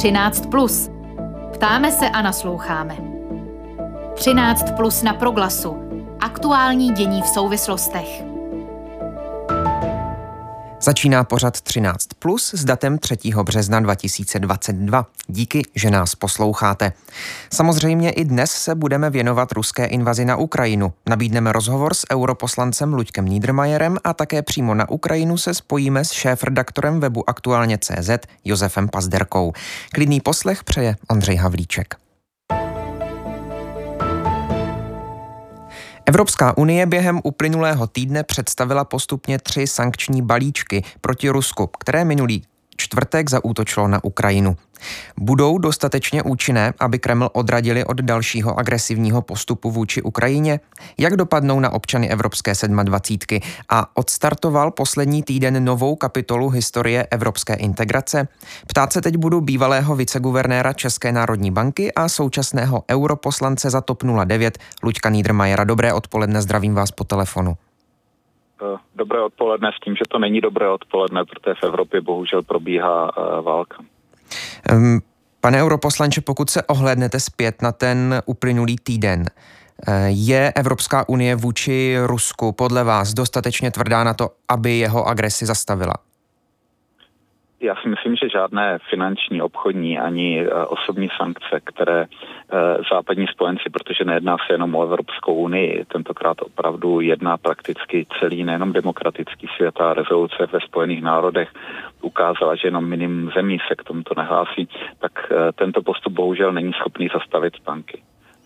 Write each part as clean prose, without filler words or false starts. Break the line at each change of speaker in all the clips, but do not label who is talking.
13+. Ptáme se a nasloucháme. 13+ na Proglasu. Aktuální dění v souvislostech.
Začíná pořad 13+ s datem 3. března 2022. Díky, že nás posloucháte. Samozřejmě i dnes se budeme věnovat ruské invazi na Ukrajinu. Nabídneme rozhovor s europoslancem Luďkem Niedermayerem a také přímo na Ukrajinu se spojíme s šéfredaktorem webu Aktuálně.cz Josefem Pazderkou. Klidný poslech přeje Ondřej Havlíček. Evropská unie během uplynulého týdne představila postupně 3 sankční balíčky proti Rusku, které minulý čtvrtek zaútočilo na Ukrajinu. Budou dostatečně účinné, aby Kreml odradili od dalšího agresivního postupu vůči Ukrajině? Jak dopadnou na občany Evropské 27? A odstartoval poslední týden novou kapitolu historie evropské integrace? Ptát se teď budu bývalého viceguvernéra České národní banky a současného europoslance za TOP 09 Luďka Niedermayera. Dobré odpoledne, zdravím vás po telefonu.
Dobré odpoledne s tím, že to není dobré odpoledne, protože v Evropě bohužel probíhá válka.
Pane europoslanče, pokud se ohlédnete zpět na ten uplynulý týden, je Evropská unie vůči Rusku podle vás dostatečně tvrdá na to, aby jeho agresi zastavila?
Já si myslím, že žádné finanční, obchodní ani osobní sankce, které západní spojenci, protože nejedná se jenom o Evropskou unii, tentokrát opravdu jedná prakticky celý nejenom demokratický svět a rezoluce ve Spojených národech ukázala, že jenom minimum zemí se k tomuto nehlásí, tak tento postup bohužel není schopný zastavit tanky.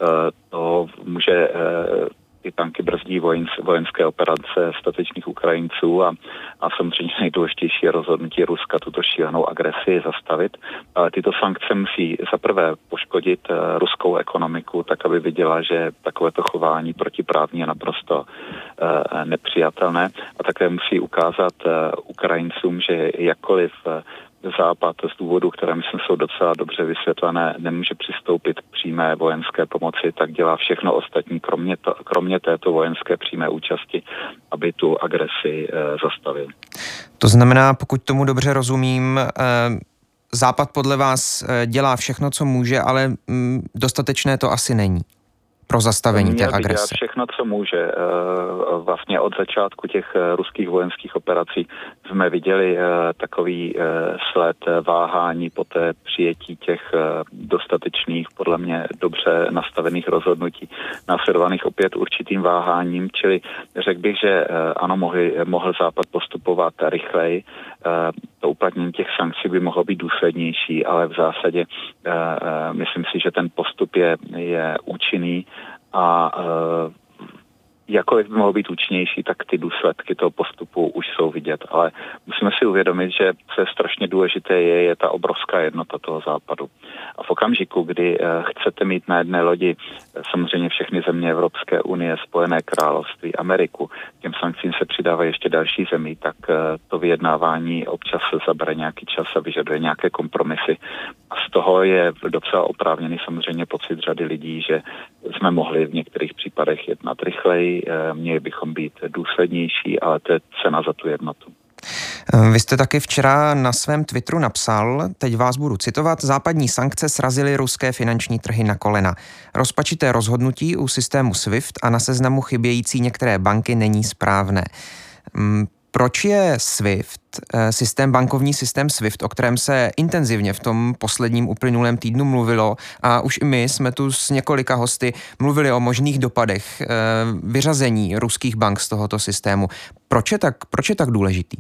To může ty tanky brzdí vojenské operace statečných Ukrajinců a samozřejmě nejdůležitější rozhodnutí Ruska tuto šílenou agresi zastavit. Ale tyto sankce musí zaprvé poškodit ruskou ekonomiku, tak aby viděla, že takovéto chování protiprávní je naprosto nepřijatelné, a také musí ukázat Ukrajincům, že jakkoliv Západ z důvodů, které myslím jsou docela dobře vysvětlené, nemůže přistoupit k přímé vojenské pomoci, tak dělá všechno ostatní, kromě této vojenské přímé účasti, aby tu agresi zastavil.
To znamená, pokud tomu dobře rozumím, Západ podle vás dělá všechno, co může, ale dostatečné to asi není pro zastavení té agrese.
Dělá všechno, co může. Vlastně od začátku těch ruských vojenských operací jsme viděli takový sled váhání po té přijetí těch dostatečných, podle mě dobře nastavených rozhodnutí, následovaných opět určitým váháním, čili řekl bych, že ano, mohl Západ postupovat rychleji, to uplatnění těch sankcí by mohlo být důslednější, ale v zásadě myslím si, že ten postup je účinný a jakkoliv by mohl být účinnější, tak ty důsledky toho postupu už jsou vidět. Ale musíme si uvědomit, že co je strašně důležité, je ta obrovská jednota toho Západu. A v okamžiku, kdy chcete mít na jedné lodi samozřejmě všechny země Evropské unie, Spojené království, Ameriku, těm sankcím se přidávají ještě další zemí, tak to vyjednávání občas zabere nějaký čas a vyžaduje nějaké kompromisy. A z toho je docela oprávněný samozřejmě pocit řady lidí, že jsme mohli v některých případech jednat rychleji, měli bychom být důslednější, ale to je cena za tu jednotu.
Vy jste taky včera na svém Twitteru napsal, teď vás budu citovat, západní sankce srazily ruské finanční trhy na kolena. Rozpačité rozhodnutí u systému SWIFT a na seznamu chybějící některé banky není správné. Proč je SWIFT, bankovní systém SWIFT, o kterém se intenzivně v tom posledním uplynulém týdnu mluvilo, a už i my jsme tu s několika hosty mluvili o možných dopadech vyřazení ruských bank z tohoto systému. Proč je tak důležitý?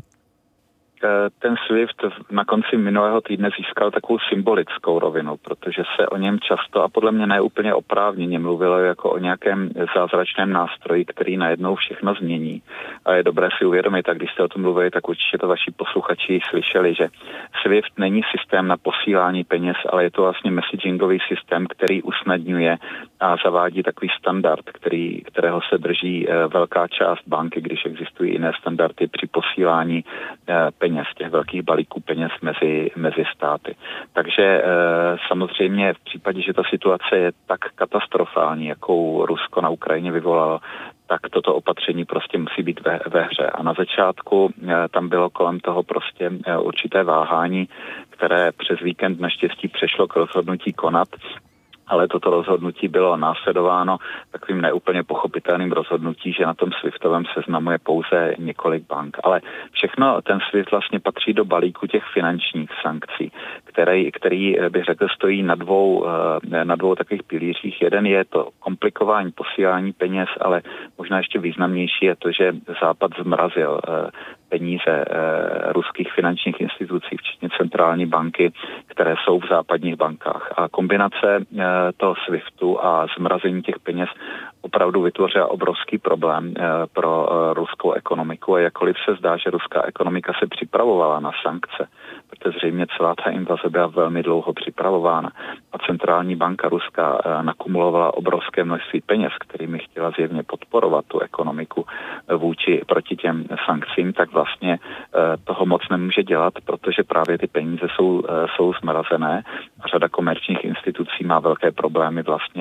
Ten SWIFT na konci minulého týdne získal takovou symbolickou rovinu, protože se o něm často a podle mě neúplně oprávněně mluvilo jako o nějakém zázračném nástroji, který najednou všechno změní. A je dobré si uvědomit, a když jste o tom mluvili, tak určitě to vaši posluchači slyšeli, že SWIFT není systém na posílání peněz, ale je to vlastně messagingový systém, který usnadňuje a zavádí takový standard, kterého se drží velká část banky, když existují jiné standardy při posílání peněz, těch velkých balíků peněz mezi státy. Takže samozřejmě v případě, že ta situace je tak katastrofální, jakou Rusko na Ukrajině vyvolalo, tak toto opatření prostě musí být ve hře. A na začátku tam bylo kolem toho prostě určité váhání, které přes víkend naštěstí přešlo k rozhodnutí konat, ale toto rozhodnutí bylo následováno takovým neúplně pochopitelným rozhodnutí, že na tom SWIFtovém seznamu je pouze několik bank. Ale všechno, ten SWIFT vlastně patří do balíku těch finančních sankcí, který bych řekl, stojí na dvou takových pilířích. Jeden je to komplikování posílání peněz, ale možná ještě významnější je to, že Západ zmrazil peníze ruských finančních institucí, včetně centrální banky, které jsou v západních bankách. A kombinace toho SWIFTu a zmrazení těch peněz opravdu vytvořila obrovský problém pro ruskou ekonomiku. A jakkoliv se zdá, že ruská ekonomika se připravovala na sankce, protože zřejmě celá ta invaze byla velmi dlouho připravována a centrální banka ruská nakumulovala obrovské množství peněz, kterými chtěla zjevně podporovat tu ekonomiku proti těm sankcím, tak vlastně toho moc nemůže dělat, protože právě ty peníze jsou zmrazené a řada komerčních institucí má velké problémy vlastně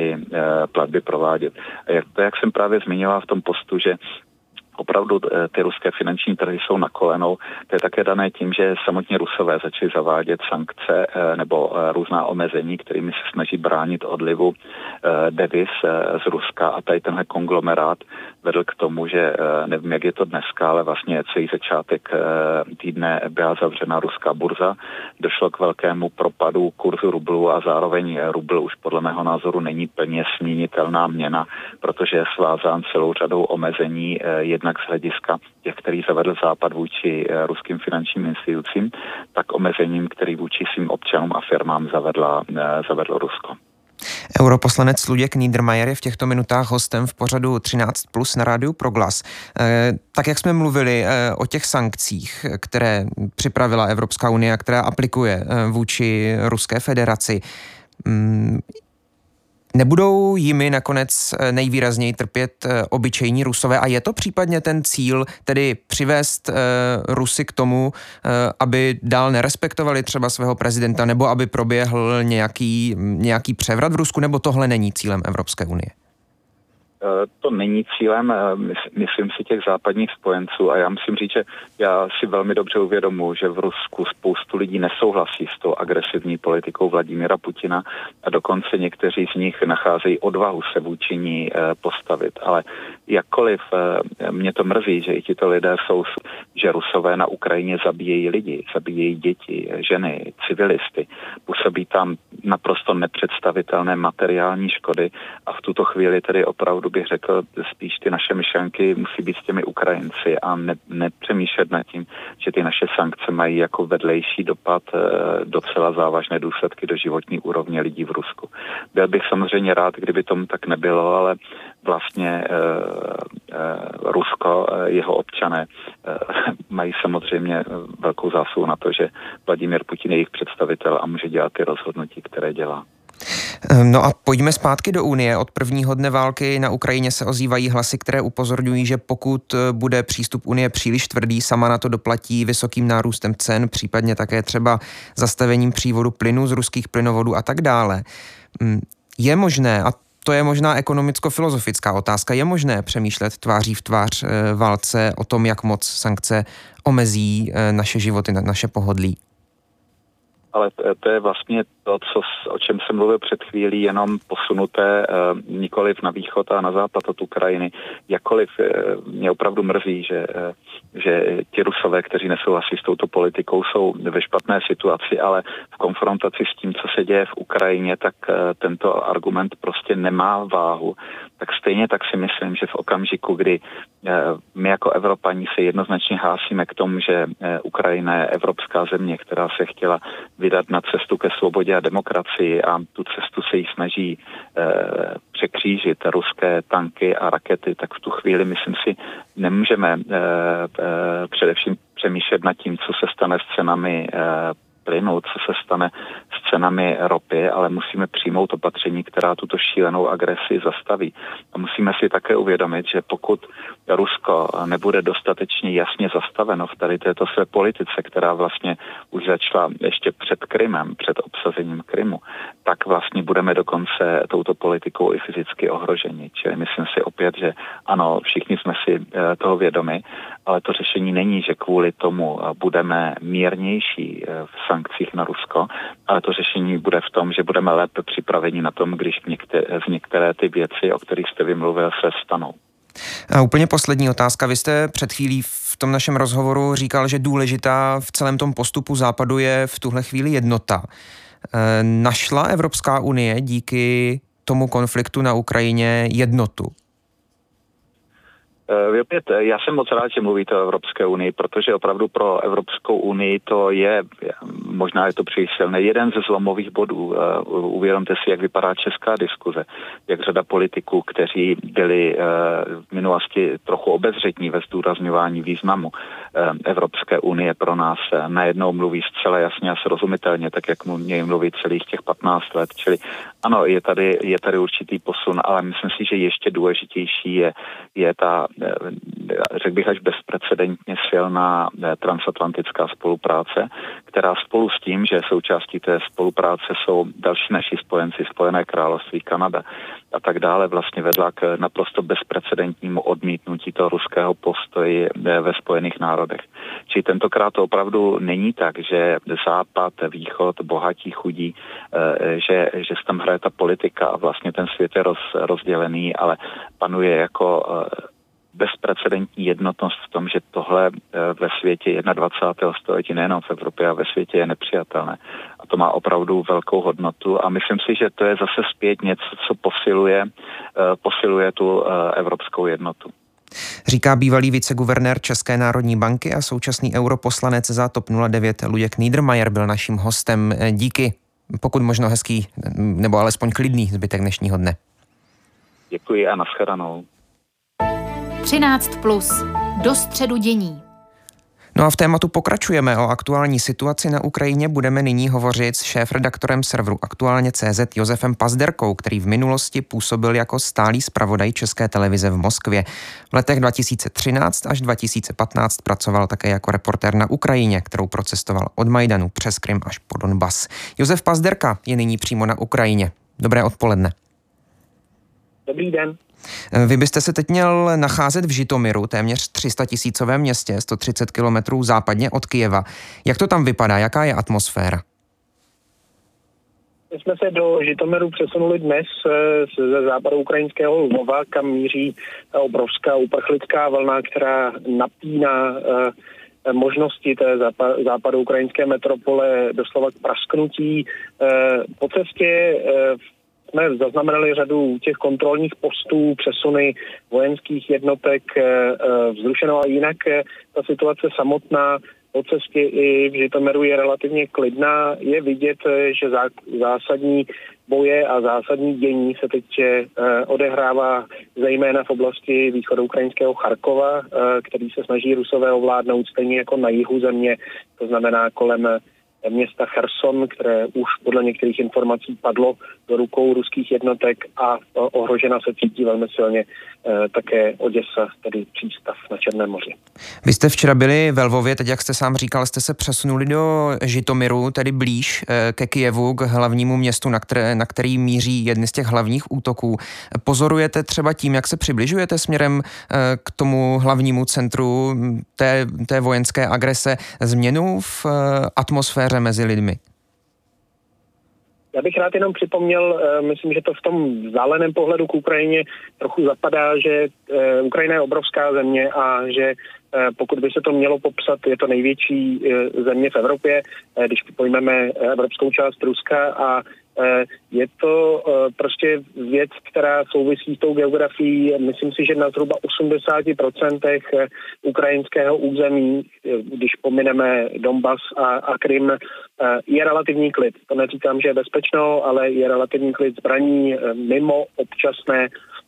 platby provádět. A jak jsem právě zmiňoval v tom postu, že opravdu ty ruské finanční trhy jsou na kolenou. To je také dané tím, že samotně Rusové začali zavádět sankce nebo různá omezení, kterými se snaží bránit odlivu deviz z Ruska. A tady tenhle konglomerát vedl k tomu, že nevím, jak je to dneska, ale vlastně celý začátek týdne byla zavřena ruská burza. Došlo k velkému propadu kurzu rublu a zároveň rubl už podle mého názoru není plně směnitelná měna, protože je svázán celou řadou omezení jednak z hlediska těch, který zavedl Západ vůči ruským finančním institucím, tak omezením, který vůči svým občanům a firmám zavedlo Rusko.
Europoslanec Luděk Niedermayer je v těchto minutách hostem v pořadu 13+ na Rádiu Proglas. Tak jak jsme mluvili o těch sankcích, které připravila Evropská unie a která aplikuje vůči Ruské federaci, nebudou jimi nakonec nejvýrazněji trpět obyčejní Rusové a je to případně ten cíl, tedy přivést Rusy k tomu, aby dál nerespektovali třeba svého prezidenta nebo aby proběhl nějaký převrat v Rusku, nebo tohle není cílem Evropské unie?
To není cílem, myslím si, těch západních spojenců a já musím říct, že já si velmi dobře uvědomuji, že v Rusku spoustu lidí nesouhlasí s tou agresivní politikou Vladimira Putina a dokonce někteří z nich nacházejí odvahu se vůči ní postavit. Ale jakkoliv mě to mrzí, že i tito lidé že Rusové na Ukrajině zabíjejí lidi, zabíjejí děti, ženy, civilisty, působí tam naprosto nepředstavitelné materiální škody a v tuto chvíli tedy opravdu bych řekl, spíš ty naše myšlenky musí být s těmi Ukrajinci a nepřemýšlet nad tím, že ty naše sankce mají jako vedlejší dopad docela závažné důsledky do životní úrovně lidí v Rusku. Byl bych samozřejmě rád, kdyby tomu tak nebylo, ale vlastně Rusko, jeho občané mají samozřejmě velkou zásluhu na to, že Vladimír Putin je jejich představitel a může dělat ty rozhodnutí, které dělá.
No a pojďme zpátky do Unie. Od prvního dne války na Ukrajině se ozývají hlasy, které upozorňují, že pokud bude přístup Unie příliš tvrdý, sama na to doplatí vysokým nárůstem cen, případně také třeba zastavením přívodu plynu z ruských plynovodů a tak dále. Je možné, a to je možná ekonomicko-filozofická otázka, je možné přemýšlet tváří v tvář válce o tom, jak moc sankce omezí naše životy, naše pohodlí?
Ale to je vlastně to, o čem jsem mluvil před chvílí, jenom posunuté nikoliv na východ a na západ od Ukrajiny. Jakkoliv mě opravdu mrzí, že ti Rusové, kteří nesouhlasí s touto politikou, jsou ve špatné situaci, ale v konfrontaci s tím, co se děje v Ukrajině, tak tento argument prostě nemá váhu. Tak stejně tak si myslím, že v okamžiku, kdy my jako Evropaní se jednoznačně hlásíme k tomu, že Ukrajina je evropská země, která se chtěla vydat na cestu ke svobodě a demokracii a tu cestu se jí snaží překřížit ruské tanky a rakety, tak v tu chvíli, myslím si, nemůžeme především přemýšlet nad tím, co se stane s cenami plynu, co se stane s cenami ropy, ale musíme přijmout opatření, která tuto šílenou agresi zastaví. A musíme si také uvědomit, že pokud Rusko nebude dostatečně jasně zastaveno v tady této své politice, která vlastně už začala ještě před Krymem, před obsazením Krymu, tak vlastně budeme dokonce touto politikou i fyzicky ohroženi. Čili myslím si opět, že ano, všichni jsme si toho vědomi, ale to řešení není, že kvůli tomu budeme mírnější v sankcích na Rusko, ale to řešení bude v tom, že budeme lépe připraveni na tom, když některé ty věci, o kterých jste vymluvil, se stanou.
A úplně poslední otázka. Vy jste před chvílí v tom našem rozhovoru říkal, že důležitá v celém tom postupu Západu je v tuhle chvíli jednota. Našla Evropská unie díky tomu konfliktu na Ukrajině jednotu?
Opět, já jsem moc rád, že mluvíte o Evropské unii, protože opravdu pro Evropskou unii to je, možná je to příliš silné, jeden ze zlomových bodů. Uvědomte si, jak vypadá česká diskuze, jak řada politiků, kteří byli v minulosti trochu obezřetní ve zdůrazňování významu Evropské unie pro nás, najednou mluví zcela jasně a srozumitelně, tak jak měli mluvit celých těch 15 let. Čili ano, je tady určitý posun, ale myslím si, že ještě důležitější je ta, řekl bych, až bezprecedentně silná transatlantická spolupráce, která spolu s tím, že součástí té spolupráce jsou další naši spojenci, Spojené království, Kanada a tak dále, vlastně vedla k naprosto bezprecedentnímu odmítnutí toho ruského postoji ve Spojených národech. Čili tentokrát to opravdu není tak, že západ, východ, bohatí, chudí, že se tam hraje ta politika a vlastně ten svět je rozdělený, ale panuje jako bezprecedentní jednotnost v tom, že tohle ve světě 21. století, nejenom v Evropě, a ve světě je nepřijatelné. A to má opravdu velkou hodnotu a myslím si, že to je zase zpět něco, co posiluje tu evropskou jednotu.
Říká bývalý viceguvernér České národní banky a současný europoslanec za TOP 09 Luděk Niedermayer byl naším hostem. Díky, pokud možno hezký, nebo alespoň klidný zbytek dnešního dne.
Děkuji a nashledanou.
13+. Do středu dění.
No a v tématu pokračujeme. O aktuální situaci na Ukrajině budeme nyní hovořit s šéfredaktorem serveru Aktuálně.cz Josefem Pazderkou, který v minulosti působil jako stálý zpravodaj České televize v Moskvě. V letech 2013 až 2015 pracoval také jako reportér na Ukrajině, kterou procestoval od Majdanu přes Krym až po Donbas. Josef Pazderka je nyní přímo na Ukrajině. Dobré odpoledne.
Dobrý den.
Vy byste se teď měl nacházet v Žitomiru, téměř 300 000 městě, 130 kilometrů západně od Kyjeva. Jak to tam vypadá? Jaká je atmosféra?
My jsme se do Žitomiru přesunuli dnes ze západu ukrajinského Lvova, kam míří obrovská uprchlická vlna, která napíná možnosti té západoukrajinské metropole doslova k prasknutí. Po cestě jsme zaznamenali řadu těch kontrolních postů, přesuny vojenských jednotek vzrušeno a jinak ta situace samotná po cestě i v Žitomiru je relativně klidná. Je vidět, že zásadní boje a zásadní dění se teď odehrává zejména v oblasti východoukrajinského Charkova, který se snaží Rusové ovládnout stejně jako na jihu země, to znamená kolem města Cherson, které už podle některých informací padlo do rukou ruských jednotek a ohrožena se cítí velmi silně také Oděsa, tedy přístav na Černém moři.
Vy jste včera byli ve Lvově, teď jak jste sám říkal, jste se přesunuli do Žitomiru, tedy blíž ke Kyjevu, k hlavnímu městu, na který míří jedny z těch hlavních útoků. Pozorujete třeba tím, jak se přibližujete směrem k tomu hlavnímu centru té vojenské agrese, změnu v atmosféře mezi lidmi?
Já bych rád jenom připomněl, myslím, že to v tom vzdáleném pohledu k Ukrajině trochu zapadá, že Ukrajina je obrovská země a že pokud by se to mělo popsat, je to největší země v Evropě, když pojmeme evropskou část Ruska a je to prostě věc, která souvisí s tou geografií. Myslím si, že na zhruba 80% ukrajinského území, když pomineme Donbas a Krym, je relativní klid. To neříkám, že je bezpečno, ale je relativní klid zbraní mimo občasné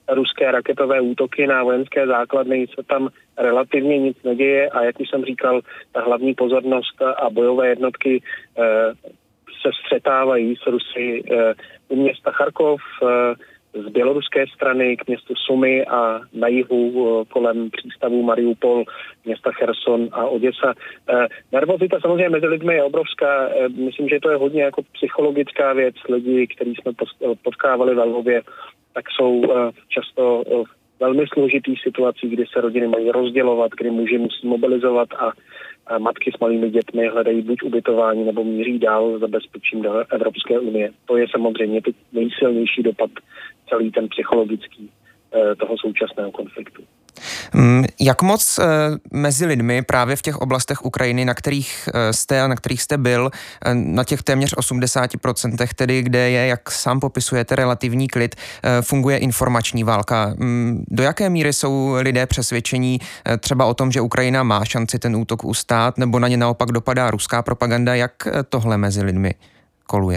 ruské raketové útoky na vojenské základny, se tam relativně nic neděje a jak už jsem říkal, ta hlavní pozornost a bojové jednotky se střetávají s Rusy u města Charkov, z běloruské strany k městu Sumy a na jihu kolem přístavů Mariupol, města Cherson a Oděsa. Nervozita samozřejmě mezi lidmi je obrovská. Myslím, že to je hodně jako psychologická věc. Lidi, který jsme potkávali ve Lvově, tak jsou často velmi složitý situací, kdy se rodiny mají rozdělovat, kdy muži musí mobilizovat a matky s malými dětmi hledají buď ubytování nebo míří dál za bezpečím do Evropské unie. To je samozřejmě teď nejsilnější dopad celý ten psychologický toho současného konfliktu.
Jak moc mezi lidmi právě v těch oblastech Ukrajiny, na kterých jste byl, na těch téměř 80%, tedy kde je, jak sám popisujete, relativní klid, funguje informační válka? Do jaké míry jsou lidé přesvědčení třeba o tom, že Ukrajina má šanci ten útok ustát, nebo na ně naopak dopadá ruská propaganda? Jak tohle mezi lidmi koluje?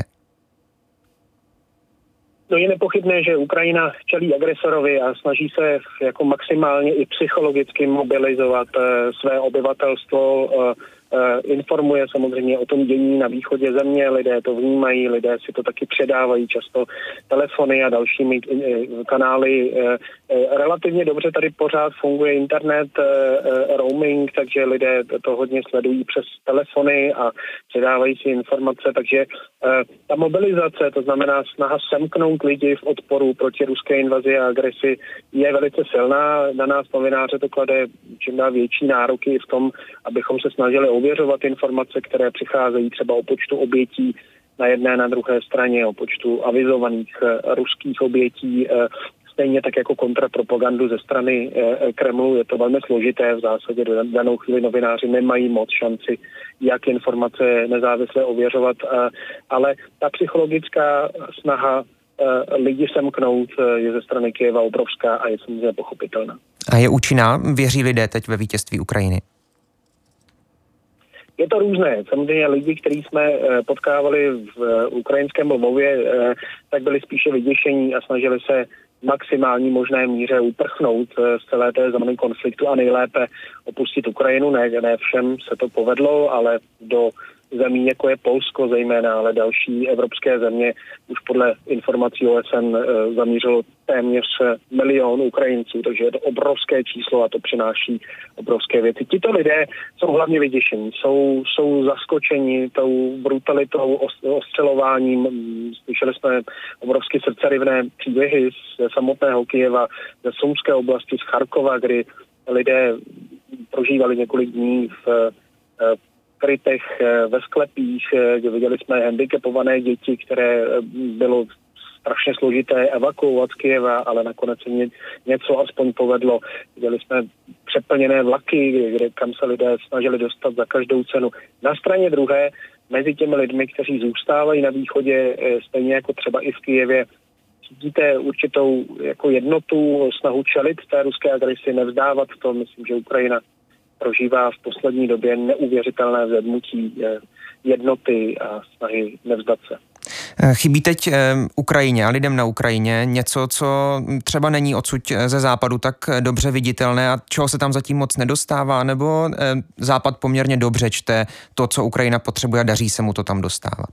No je nepochybné, že Ukrajina čelí agresorovi a snaží se jako maximálně i psychologicky mobilizovat své obyvatelstvo, informuje samozřejmě o tom dění na východě země, lidé to vnímají, lidé si to taky předávají často telefony a dalšími kanály. Relativně dobře tady pořád funguje internet, roaming, takže lidé to hodně sledují přes telefony a předávají si informace, takže ta mobilizace, to znamená snaha semknout lidi v odporu proti ruské invazi a agresi, je velice silná. Na nás novináře to klade čím dál větší nároky v tom, abychom se snažili ověřovat informace, které přicházejí třeba o počtu obětí na jedné, na druhé straně, o počtu avizovaných ruských obětí, stejně tak jako kontrapropagandu ze strany Kremlu. Je to velmi složité, v zásadě v danou chvíli novináři nemají moc šanci, jak informace nezávisle ověřovat, ale ta psychologická snaha lidi semknout je ze strany Kyjeva obrovská a je samozřejmě pochopitelná.
A je účinná? Věří lidé teď ve vítězství Ukrajiny?
Je to různé. Samozřejmě lidi, kteří jsme potkávali v ukrajinském Lvově, tak byli spíše vyděšení a snažili se v maximální možné míře uprchnout z celé té zóny konfliktu a nejlépe opustit Ukrajinu. Ne všem se to povedlo, ale do zemí, jako je Polsko zejména, ale další evropské země, už podle informací OSN zamířilo téměř 1 milion Ukrajinců, takže je to obrovské číslo a to přináší obrovské věci. Tito lidé jsou hlavně vyděšení, jsou zaskočeni tou brutalitou, ostřelováním. Slyšeli jsme obrovsky srdcerivné příběhy z samotného Kyjeva, ze Sumské oblasti, z Charkova, kdy lidé prožívali několik dní v krytech ve sklepích, kde viděli jsme handicapované děti, které bylo strašně složité evakuovat z Kyjeva, ale nakonec se něco aspoň povedlo. Viděli jsme přeplněné vlaky, kam se lidé snažili dostat za každou cenu. Na straně druhé, mezi těmi lidmi, kteří zůstávají na východě, stejně jako třeba i v Kyjevě, cítíte určitou jako jednotu, snahu čelit té ruské agresi, nevzdávat to. Myslím, že Ukrajina prožívá v poslední době neuvěřitelné vzedmutí jednoty a snahy nevzdat se.
Chybí teď Ukrajině a lidem na Ukrajině něco, co třeba není odsud ze západu tak dobře viditelné a čeho se tam zatím moc nedostává, nebo západ poměrně dobře čte to, co Ukrajina potřebuje a daří se mu to tam dostávat?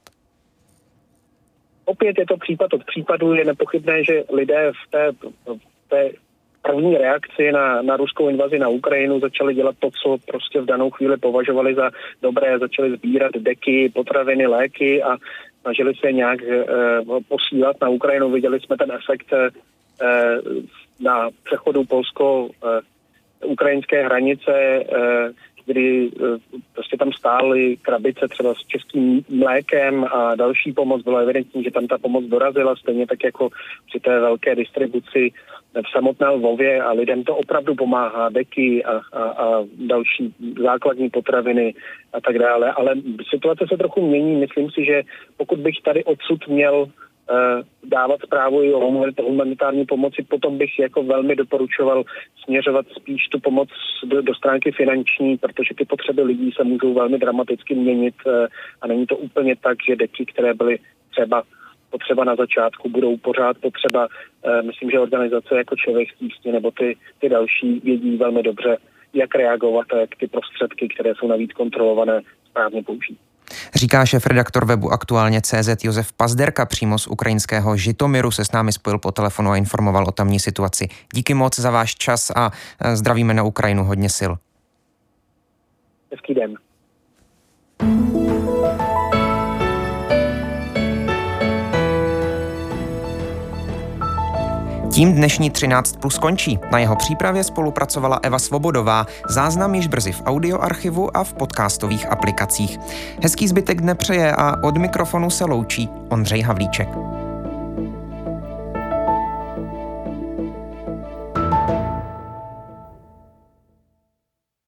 Opět je to případ od případu. Je nepochybné, že lidé v té první reakci na ruskou invazi na Ukrajinu začali dělat to, co prostě v danou chvíli považovali za dobré. Začali sbírat deky, potraviny, léky a snažili se nějak posílat na Ukrajinu. Viděli jsme ten efekt na přechodu polsko-ukrajinské hranice, kdy prostě tam stály krabice třeba s českým mlékem a další pomoc. Bylo evidentní, že tam ta pomoc dorazila, stejně tak jako při té velké distribuci v samotné Lvově a lidem to opravdu pomáhá, deky a další základní potraviny a tak dále. Ale situace se trochu mění. Myslím si, že pokud bych tady odsud měl dávat zprávu i o humanitární pomoci, potom bych jako velmi doporučoval směřovat spíš tu pomoc do stránky finanční, protože ty potřeby lidí se můžou velmi dramaticky měnit a není to úplně tak, že deky, které byly třeba potřeba na začátku, budou pořád potřeba. Myslím, že organizace jako Člověk v tísni nebo ty další vědí velmi dobře, jak reagovat a jak ty prostředky, které jsou navíc kontrolované, správně použít.
Říká šéfredaktor webu Aktuálně.cz Josef Pazderka, přímo z ukrajinského Žitomiru se s námi spojil po telefonu a informoval o tamní situaci. Díky moc za váš čas a zdravíme na Ukrajinu, hodně sil.
Hezký den.
Tím dnešní 13+ končí. Na jeho přípravě spolupracovala Eva Svobodová. Záznam již brzy v audioarchivu a v podcastových aplikacích. Hezký zbytek dne přeje a od mikrofonu se loučí Ondřej Havlíček.